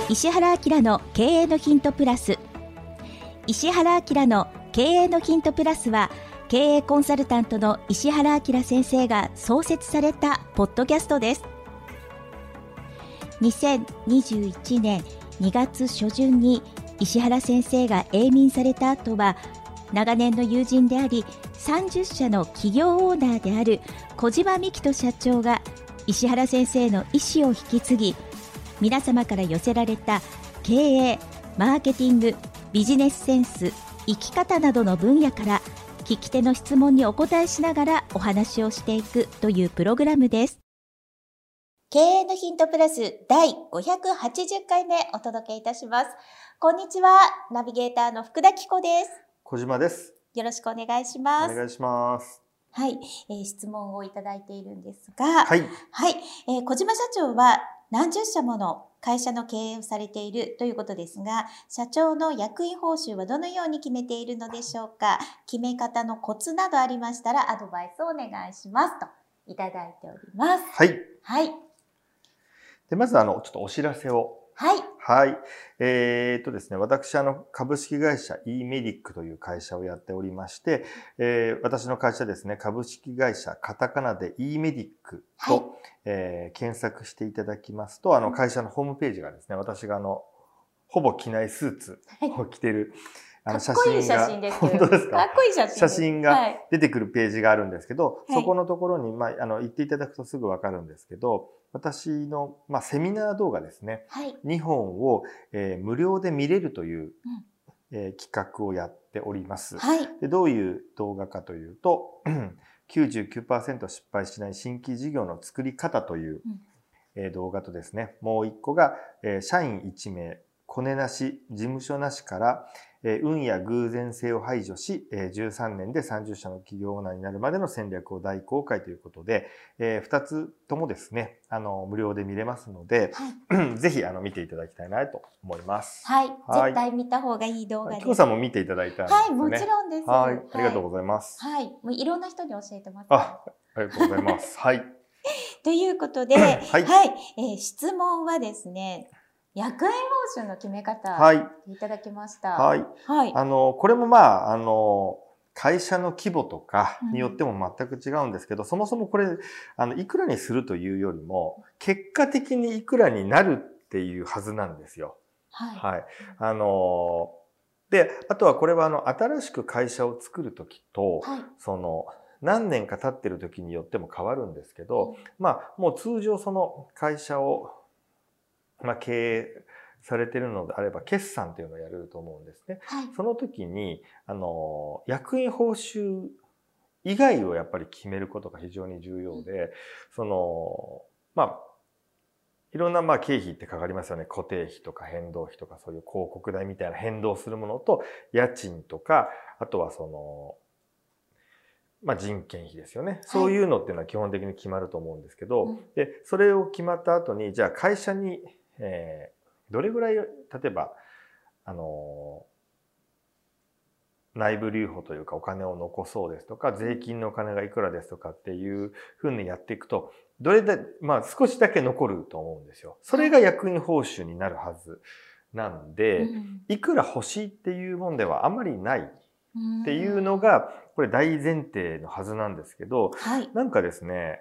石原明の経営のヒントプラス。石原明の経営のヒントプラスは、経営コンサルタントの石原明先生が創設されたポッドキャストです。2021年2月初旬に石原先生が永眠された後は、長年の友人であり30社の企業オーナーである小島幹人社長が石原先生の意思を引き継ぎ、皆様から寄せられた経営、マーケティング、ビジネスセンス、生き方などの分野から聞き手の質問にお答えしながらお話をしていくというプログラムです。経営のヒントプラス第580回目お届けいたします。こんにちは、ナビゲーターの福田紀子です。 小島です。 よろしくお願いします。 お願いします。 はい、質問をいただいているんですが、 はい、 小島社長は何十社もの会社の経営をされているということですが、社長の役員報酬はどのように決めているのでしょうか。決め方のコツなどありましたらアドバイスをお願いしますといただいております。 はい。 はい。 で、まずちょっとお知らせを。 はい。 はい。ですね、私、株式会社 e メディックという会社をやっておりまして、私の会社ですね、株式会社カタカナで e メディックと、検索していただきますと、会社のホームページがですね、私がほぼ着ないスーツを着ている、写真が、本当ですか？ かっこいい写真。 写真が出てくるページがあるんですけど、そこのところに、行っていただくとすぐわかるんですけど、私の、セミナー動画ですね、2本を、無料で見れるという、企画をやっております。で、どういう動画かというと、99% 失敗しない新規事業の作り方という、動画とですね、もう1個が、社員1名、コネなし、事務所なしから、運や偶然性を排除し、13年で30社の企業オーナーになるまでの戦略を大公開ということで、2つともですね、無料で見れますので、ぜひ見ていただきたいなと思います。 はい。絶対見た方がいい動画です。 紀子さんも見ていただいたんですね。 はい、もちろんです。 はい、ありがとうございます。 はい。もういろんな人に教えてます。 ありがとうございます。はい。 ということで、はい。質問はですね、役員報酬の決め方、いただきました。 はい。これも会社の規模とかによっても全く違うんですけど、そもそもこれ、いくらにするというよりも、結果的にいくらになるっていうはずなんですよ。はい。で、あとはこれは新しく会社を作るときと、何年か経ってるときによっても変わるんですけど、もう通常その会社を経営されているのであれば、決算というのをやると思うんですね。その時に、役員報酬以外をやっぱり決めることが非常に重要で、いろんな経費ってかかりますよね。固定費とか変動費とかそういう広告代みたいな変動するものと、家賃とか、あとは人件費ですよね。そういうのっていうのは基本的に決まると思うんですけど、で、それを決まった後に、じゃあ会社にどれぐらい、例えば、内部留保というかお金を残そうですとか、税金のお金がいくらですとかっていうふうにやっていくと、少しだけ残ると思うんですよ。それが役員報酬になるはずなんで、いくら欲しいっていうもんではあまりないっていうのが、これ大前提のはずなんですけど、なんかですね、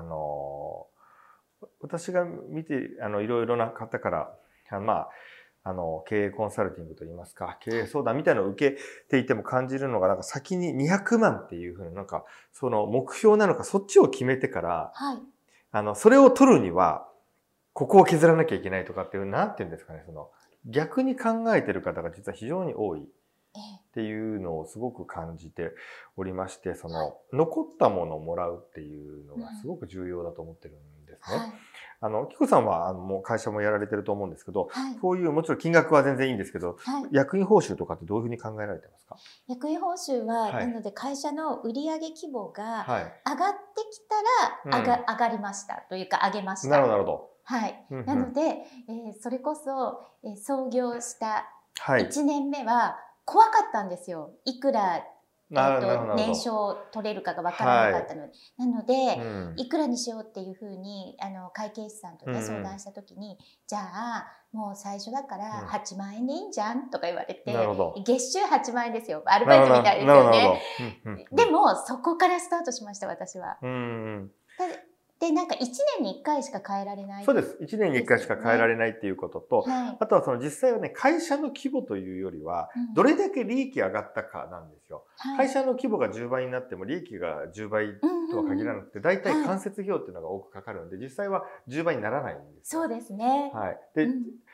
私が見て、いろいろな方から、経営コンサルティングといいますか、経営相談みたいなのを受けていても感じるのが、先に200万っていうふうにその目標なのか、そっちを決めてから、それを取るには、ここを削らなきゃいけないとかっていう、なんていうんですかね、逆に考えてる方が実は非常に多いっていうのをすごく感じておりまして、残ったものをもらうっていうのがすごく重要だと思ってるんですね。紀子さんはもう会社もやられてると思うんですけど、こういうもちろん金額は全然いいんですけど、役員報酬とかってどういうふうに考えられてますか？ 役員報酬は、なので会社の売上規模が上がってきたら上がりましたというか上げました。 なるほど。 なので、それこそ、創業した1年目は怖かったんですよ。いくら年賞を取れるかが分からなかったので、なので、いくらにしようっていうふうに会計士さんとね相談した時に、じゃあもう最初だから8万円でいいんじゃんとか言われて、月収8万円ですよ、アルバイトみたいですよね。でもそこからスタートしました、私は。で、なんか1年に1回しか変えられない。 そうです。1年に1回しか変えられないっていうことと、あとはその実際はね、会社の規模というよりは、どれだけ利益上がったかなんですよ。会社の規模が10倍になっても利益が10倍とは限らなくて、大体間接費用っていうのが多くかかるので、実際は10倍にならないんですよ。 そうですね。 はい。で、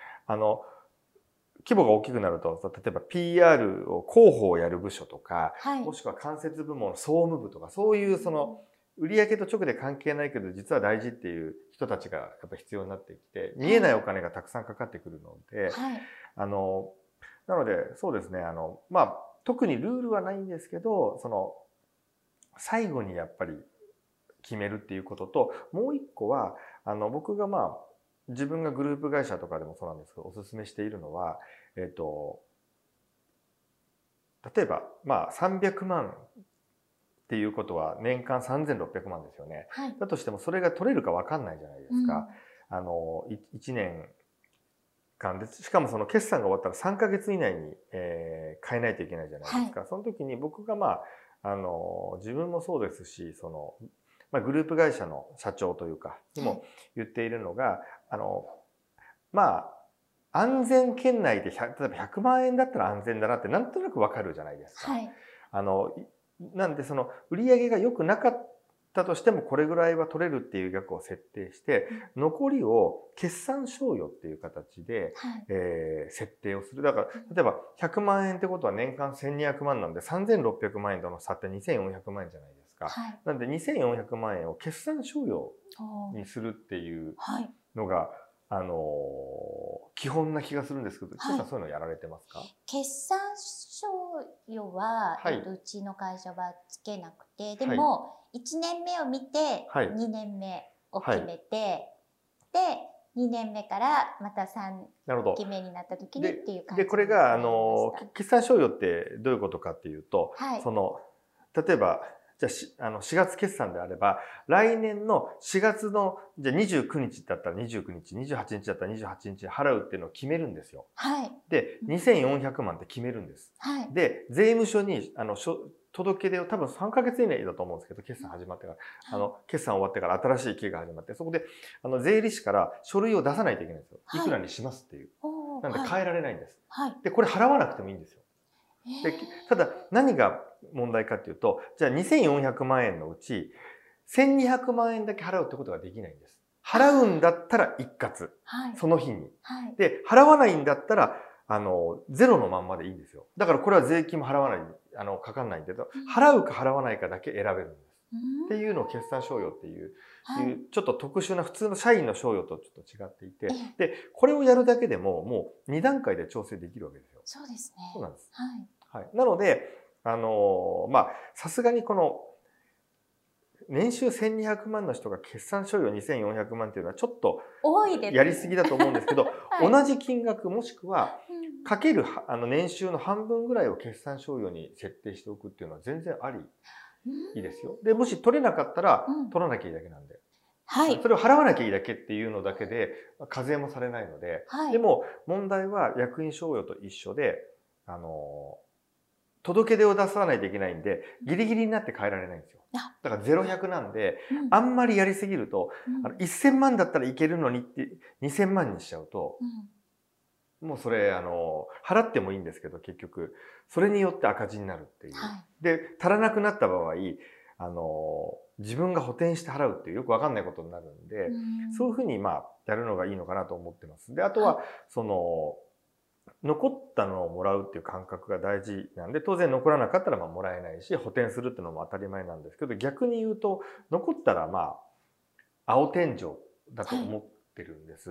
規模が大きくなると、例えば PR を広報をやる部署とか、もしくは間接部門、総務部とか、そういうその、売上と直で関係ないけど実は大事っていう人たちがやっぱ必要になってきて、見えないお金がたくさんかかってくるので、なのでそうですね、特にルールはないんですけど、その最後にやっぱり決めるっていうことと、もう一個は僕が自分がグループ会社とかでもそうなんですけどお勧めしているのは、例えば300万っていうことは年間3600万ですよね。だとしてもそれが取れるか分かんないじゃないですか。1年間で、しかもその決算が終わったら3ヶ月以内に、変えないといけないじゃないですか。その時に僕が自分もそうですし、その、グループ会社の社長というかにも言っているのが、安全圏内で例えば100万円だったら安全だなってなんとなく分かるじゃないですか。なんでその売上が良くなかったとしてもこれぐらいは取れるっていう額を設定して、残りを決算賞与っていう形で、設定をする。だから例えば100万円ってことは年間1200万なんで3600万円との差って2400万円じゃないですか。なんで2400万円を決算賞与にするっていうのが基本な気がするんですけど、ちょっとそういうのやられてますか？ 決算賞与は、うちの会社はつけなくて、でも1年目を見て2年目を決めて、で2年目からまた3期目になった時にっていう感じで、 これが決算賞与ってどういうことかっていうと、その例えばじゃあ4月決算であれば、来年の4月のじゃあ29日だったら29日、28日だったら28日払うっていうのを決めるんですよ。で、2400万って決めるんです。で、税務署に届け出を多分3ヶ月以内だと思うんですけど、決算始まってから、決算終わってから新しい期が始まって、そこで税理士から書類を出さないといけないんですよ。いくらにしますっていう。なんで変えられないんです。で、これ払わなくてもいいんですよ。で、ただ何が問題かっていうと、じゃあ2400万円のうち1200万円だけ払うってことができないんです。払うんだったら一括、その日に。で、払わないんだったらゼロのまんまでいいんですよ。だからこれは税金も払わない、かかんないんで、払うか払わないかだけ選べるんです。っていうのを決算賞与っていう、ちょっと特殊な普通の社員の賞与とちょっと違っていて、で、これをやるだけでももう2段階で調整できるわけですよ。 そうですね。 そうなんです。なので、さすがにこの、年収1200万の人が決算賞与2400万っていうのはちょっとやりすぎだと思うんですけど、同じ金額もしくはかける年収の半分ぐらいを決算賞与に設定しておくっていうのは全然ありいいですよ。で、もし取れなかったら取らなきゃいいだけなんで。それを払わなきゃいいだけっていうのだけで課税もされないので、でも問題は役員賞与と一緒で、届け出を出さないといけないんで、ギリギリになって変えられないんですよ。だから0100なんで、あんまりやりすぎると、1000万だったらいけるのにって2000万にしちゃうと、もうそれ、払ってもいいんですけど、結局、それによって赤字になるっていう。で、足らなくなった場合、自分が補填して払うっていうよくわかんないことになるんで、そういうふうにやるのがいいのかなと思ってます。で、あとは、残ったのをもらうっていう感覚が大事なんで、当然残らなかったらもらえないし、補填するっていうのも当たり前なんですけど、逆に言うと、残ったら青天井だと思ってるんです。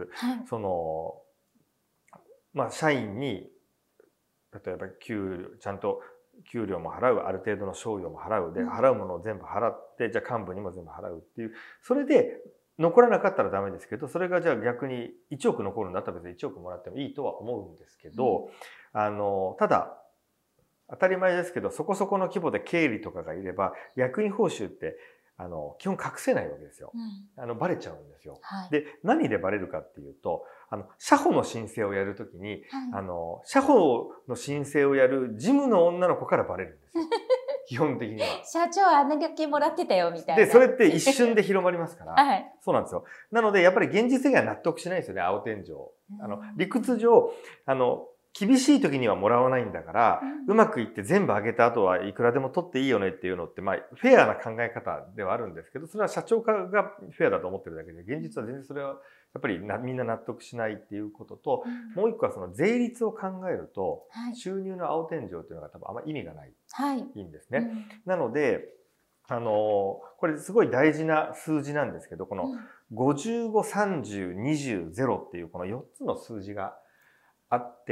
社員に、例えばちゃんと給料も払う、ある程度の賞与も払う、で、払うものを全部払って、じゃあ幹部にも全部払うっていう、それで残らなかったらダメですけど、それがじゃあ逆に1億残るんだったら別に1億もらってもいいとは思うんですけど、ただ、 当たり前ですけど、そこそこの規模で経理とかがいれば、役員報酬って基本隠せないわけですよ。バレちゃうんですよ。はい、で、何でバレるかっていうと、社保の申請をやるときに、はい、社保の申請をやる事務の女の子からバレるんですよ。基本的には。 社長あんだけもらってたよみたいな。 で、それって一瞬で広まりますから。 はい、 そうなんですよ。なので、やっぱり現実的には納得しないですよね、青天井。理屈上、厳しい時にはもらわないんだから、うまくいって全部上げた後はいくらでも取っていいよねっていうのって、まあ、フェアな考え方ではあるんですけど、それは社長がフェアだと思ってるだけで、現実は全然それはやっぱりみんな納得しないっていうことと、もう一個はその税率を考えると、収入の青天井っていうのが多分あんま意味がないんですね。なので、これすごい大事な数字なんですけど、この55、30、20、0っていうこの4つの数字があって、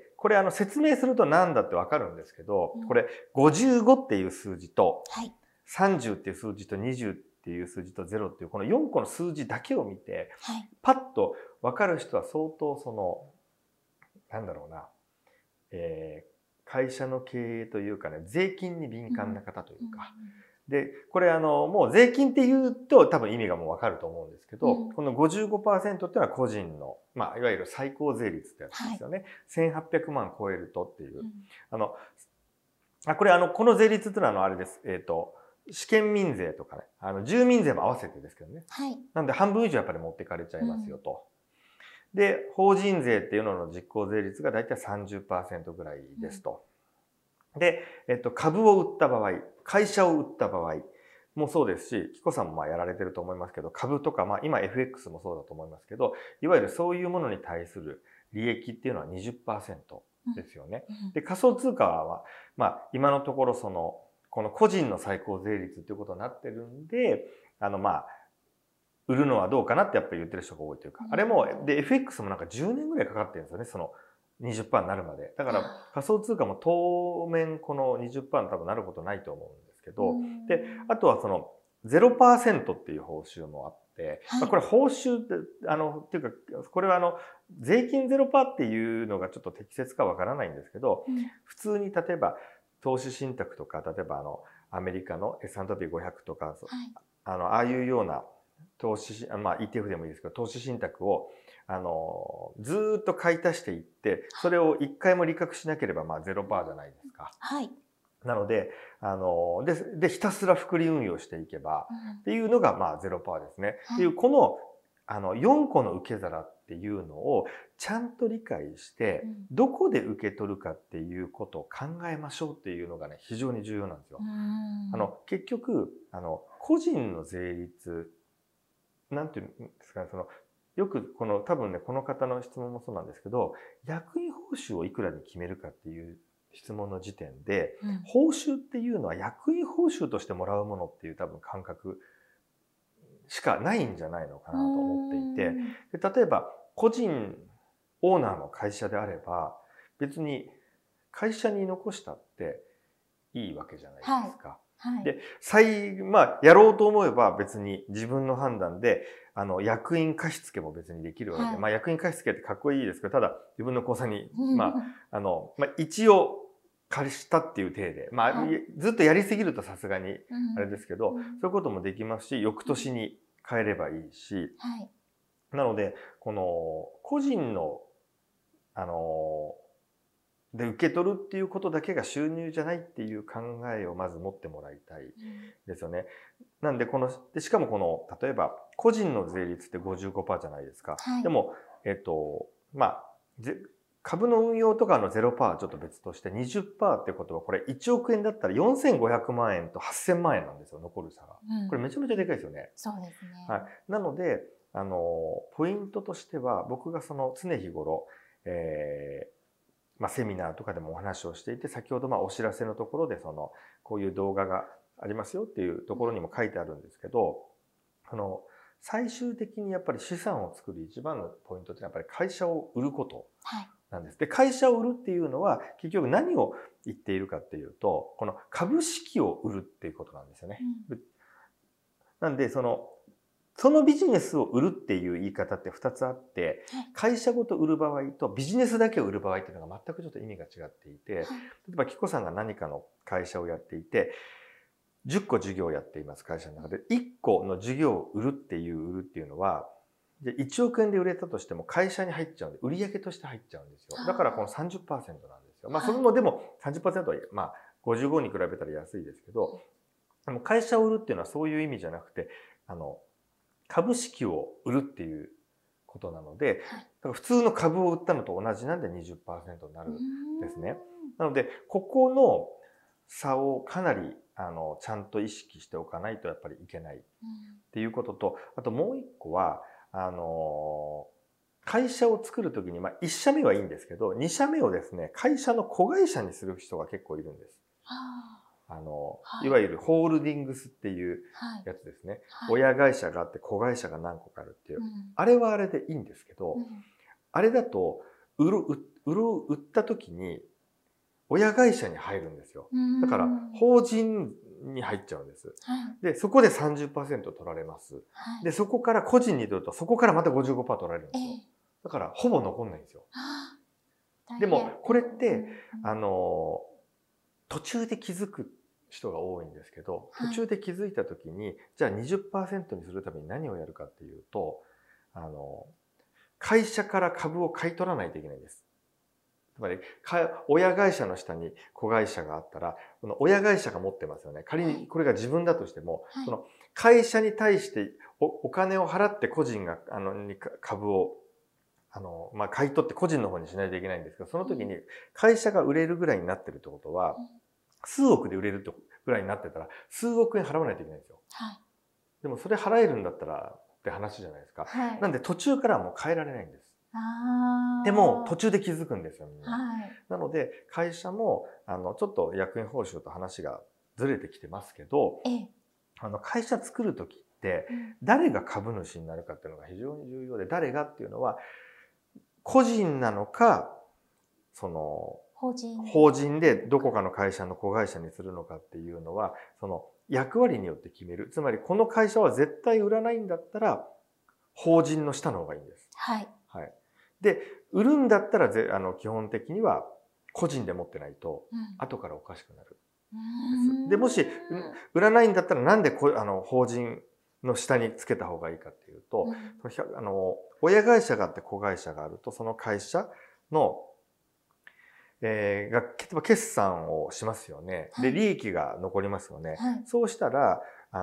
これ説明すると何だってわかるんですけど、これ55っていう数字と、30っていう数字と20っていう数字と0っていうこの4個の数字だけを見て、パッとわかる人は相当なんだろうな、会社の経営というかね、税金に敏感な方というか、で、これもう税金って言うと多分意味がもうわかると思うんですけど、この 55% っていうのは個人の、まあ、いわゆる最高税率ってやつですよね。1800万超えるとっていう。これこの税率っていうのはあれです。試験民税とかね、住民税も合わせてですけどね。なんで半分以上やっぱり持ってかれちゃいますよと。で、法人税っていうのの実効税率がだいたい 30% ぐらいですと。で、株を売った場合、会社を売った場合もそうですし、キコさんもまあやられてると思いますけど、株とか、まあ今 FX もそうだと思いますけど、いわゆるそういうものに対する利益っていうのは 20% ですよね。で、仮想通貨は、まあ今のところこの個人の最高税率っていうことになってるんで、まあ、売るのはどうかなってやっぱり言ってる人が多いというか、あれも、で、FX もなんか10年ぐらいかかってるんですよね、20% になるまで。だから仮想通貨も当面この 20% に多分なることないと思うんですけど、で、あとは0% っていう報酬もあって、まあ、これ報酬って、っていうか、これは税金 0% っていうのがちょっと適切かわからないんですけど、普通に例えば投資信託とか、例えばアメリカの S&P500 とか、ああいうような投資、まあ ETF でもいいですけど、投資信託をずーっと買い足していって、それを一回も利確しなければ、まあ 0% じゃないですか。 はい。 なので、で、ひたすら複利運用していけば、っていうのが、まあ 0% ですね。っていう、この、4個の受け皿っていうのをちゃんと理解して、どこで受け取るかっていうことを考えましょうっていうのがね、非常に重要なんですよ。結局、個人の税率、なんていうんですかね、よく多分ね、この方の質問もそうなんですけど、役員報酬をいくらに決めるかっていう質問の時点で、報酬っていうのは役員報酬としてもらうものっていう多分感覚しかないんじゃないのかなと思っていて、で例えば個人オーナーの会社であれば、別に会社に残したっていいわけじゃないですか。で、まあ、やろうと思えば別に自分の判断で、役員貸付も別にできるわけで、まあ、役員貸付ってかっこいいですけど、ただ自分の口座に、まあ、一応借りしたっていう体で、まあ、ずっとやりすぎるとさすがにあれですけど、そういうこともできますし、翌年に変えればいいし、なので、この個人の、で受け取るっていうことだけが収入じゃないっていう考えをまず持ってもらいたいですよね。なんでしかも例えば個人の税率って 55% じゃないですか。でも、まあ、株の運用とかの 0% はちょっと別として 20% ってことはこれ1億円だったら4500万円と8000万円なんですよ、残る差が。これめちゃめちゃでかいですよね。 そうですね。 はい。なので、ポイントとしては僕が常日頃、まあ、セミナーとかでもお話をしていて、先ほどお知らせのところでこういう動画がありますよっていうところにも書いてあるんですけど、最終的にやっぱり資産を作る一番のポイントってやっぱり会社を売ることなんです。で、会社を売るっていうのは結局何を言っているかっていうと、この株式を売るっていうことなんですよね。なんでそのビジネスを売るっていう言い方って2つあって、会社ごと売る場合とビジネスだけを売る場合っていうのが全くちょっと意味が違っていて、例えばキコさんが何かの会社をやっていて、10個事業をやっています会社の中で、1個の事業を売るっていうのは、1億円で売れたとしても会社に入っちゃうんで、売上として入っちゃうんですよ。だからこの 30% なんですよ。それもでも 30% は55に比べたら安いですけど、会社を売るっていうのはそういう意味じゃなくて、株式を売るっていうことなので、だから普通の株を売ったのと同じなんで 20% になるんですね。なので、ここの差をかなりちゃんと意識しておかないとやっぱりいけないっていうことと、あともう一個は、会社を作るときに、1社目はいいんですけど、2社目をですね、会社の子会社にする人が結構いるんです。いわゆるホールディングスっていうやつですね。親会社があって子会社が何個かあるっていう。あれはあれでいいんですけど、あれだと売った時に親会社に入るんですよ。だから法人に入っちゃうんです。で、そこで 30% 取られます。で、そこから個人に出るとそこからまた 55% 取られるんですよ。だからほぼ残んないんですよ。でもこれって途中で気づく人が多いんですけど、途中で気づいた時に、じゃあ 20% にするために何をやるかっていうと、会社から株を買い取らないといけないんです。つまり、親会社の下に子会社があったら、この親会社が持ってますよね。仮にこれが自分だとしても、その会社に対してお金を払って個人が株を買い取って個人の方にしないといけないんですけど、その時に会社が売れるぐらいになってるってことは、数億で売れるぐらいになってたら、数億円払わないといけないんですよ。でもそれ払えるんだったらって話じゃないですか。なんで途中からはもう変えられないんです。でも途中で気づくんですよ、みんな。なので会社もちょっと役員報酬と話がずれてきてますけど、会社作る時って誰が株主になるかっていうのが非常に重要で、誰がっていうのは個人なのか、法人でどこかの会社の子会社にするのかっていうのは、その役割によって決める。つまりこの会社は絶対売らないんだったら法人の下の方がいいんです。で、売るんだったら基本的には個人で持ってないと後からおかしくなる。で、もし売らないんだったらなんで法人の下につけた方がいいかっていうと、親会社があって子会社があると、その会社の例えば決算をしますよね。で、利益が残りますよね。そうしたら、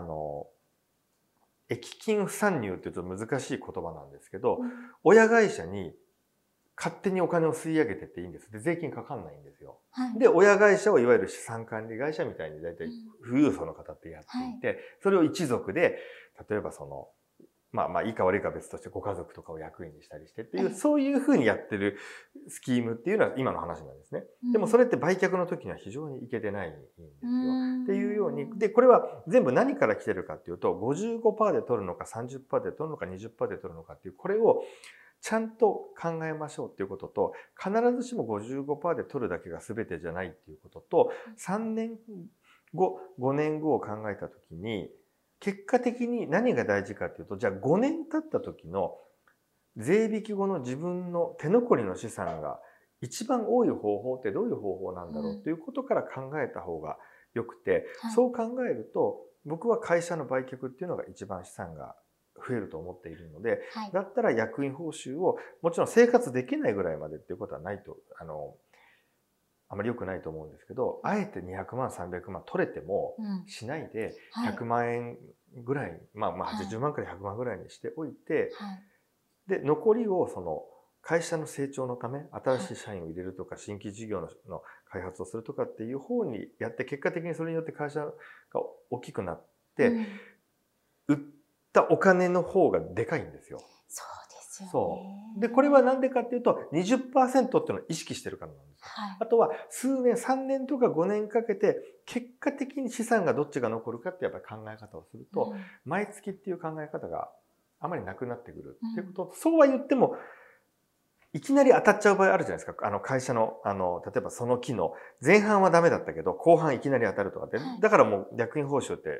益金不参入っていうと難しい言葉なんですけど、親会社に勝手にお金を吸い上げてっていいんです。で、税金かかんないんですよ。で、親会社をいわゆる資産管理会社みたいに大体富裕層の方ってやっていて、それを一族で、例えばいいか悪いか別としてご家族とかを役員にしたりしてっていう、そういうふうにやってるスキームっていうのは今の話なんですね。でもそれって売却の時には非常にいけてないんですよ。っていうように、で、これは全部何から来てるかっていうと、55% で取るのか 30% で取るのか 20% で取るのかっていう、これをちゃんと考えましょうっていうことと、必ずしも 55% で取るだけが全てじゃないっていうことと、3年後、5年後を考えた時に、結果的に何が大事かっていうと、じゃあ5年経った時の税引き後の自分の手残りの資産が一番多い方法ってどういう方法なんだろうっていうことから考えた方がよくて、そう考えると僕は会社の売却っていうのが一番資産が増えると思っているので、だったら役員報酬をもちろん生活できないぐらいまでっていうことはないと、あまり良くないと思うんですけど、あえて200万、300万取れてもしないで、100万円ぐらい、80万から100万ぐらいにしておいて、で、残りを会社の成長のため、新しい社員を入れるとか、新規事業の開発をするとかっていう方にやって、結果的にそれによって会社が大きくなって、売ったお金の方がでかいんですよ。で、これはなんでかっていうと、20% っていうのを意識してるからなんです。あとは、3年とか5年かけて、結果的に資産がどっちが残るかってやっぱり考え方をすると、毎月っていう考え方があまりなくなってくるっていうこと、そうは言っても、いきなり当たっちゃう場合あるじゃないですか。会社の、例えばその期の前半はダメだったけど、後半いきなり当たるとかって、だからもう役員報酬って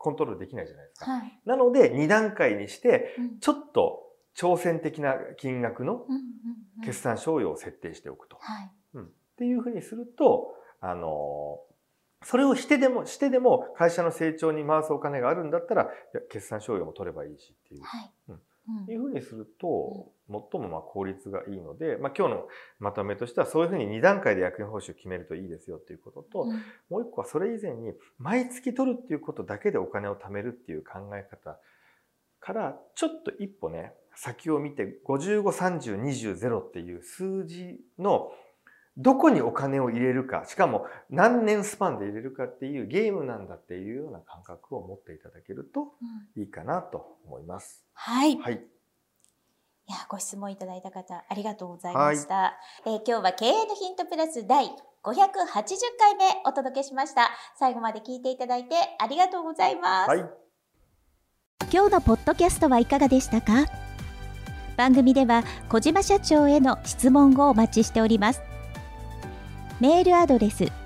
コントロールできないじゃないですか。なので2段階にしてちょっと挑戦的な金額の決算賞与を設定しておくと。っていうふうにすると、それをしてでも会社の成長に回すお金があるんだったら、決算賞与も取ればいいしっていう。いうふうにすると、最も効率がいいので、今日のまとめとしてはそういうふうに2段階で役員報酬を決めるといいですよっていうことと、もう一個はそれ以前に毎月取るっていうことだけでお金を貯めるっていう考え方からちょっと一歩ね、先を見て55、30、20、0っていう数字のどこにお金を入れるか、しかも何年スパンで入れるかっていうゲームなんだっていうような感覚を持っていただけるといいかなと思います。 はい。いや、ご質問いただいた方、ありがとうございました。今日は経営のヒントプラス第580回目お届けしました。最後まで聞いていただいてありがとうございます。今日のポッドキャストはいかがでしたか？番組では小島社長への質問をお待ちしております。メールアドレス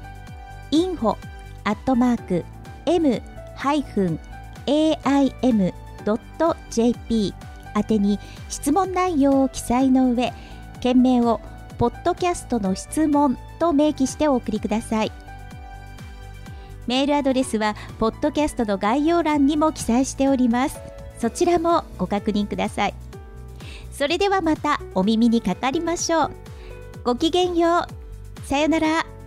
info@m-aim.jp 宛てに質問内容を記載の上、件名をポッドキャストの質問と明記してお送りください。メールアドレスはポッドキャストの概要欄にも記載しております。そちらもご確認ください。それではまたお耳にかかりましょう。ごきげんよう。さよなら。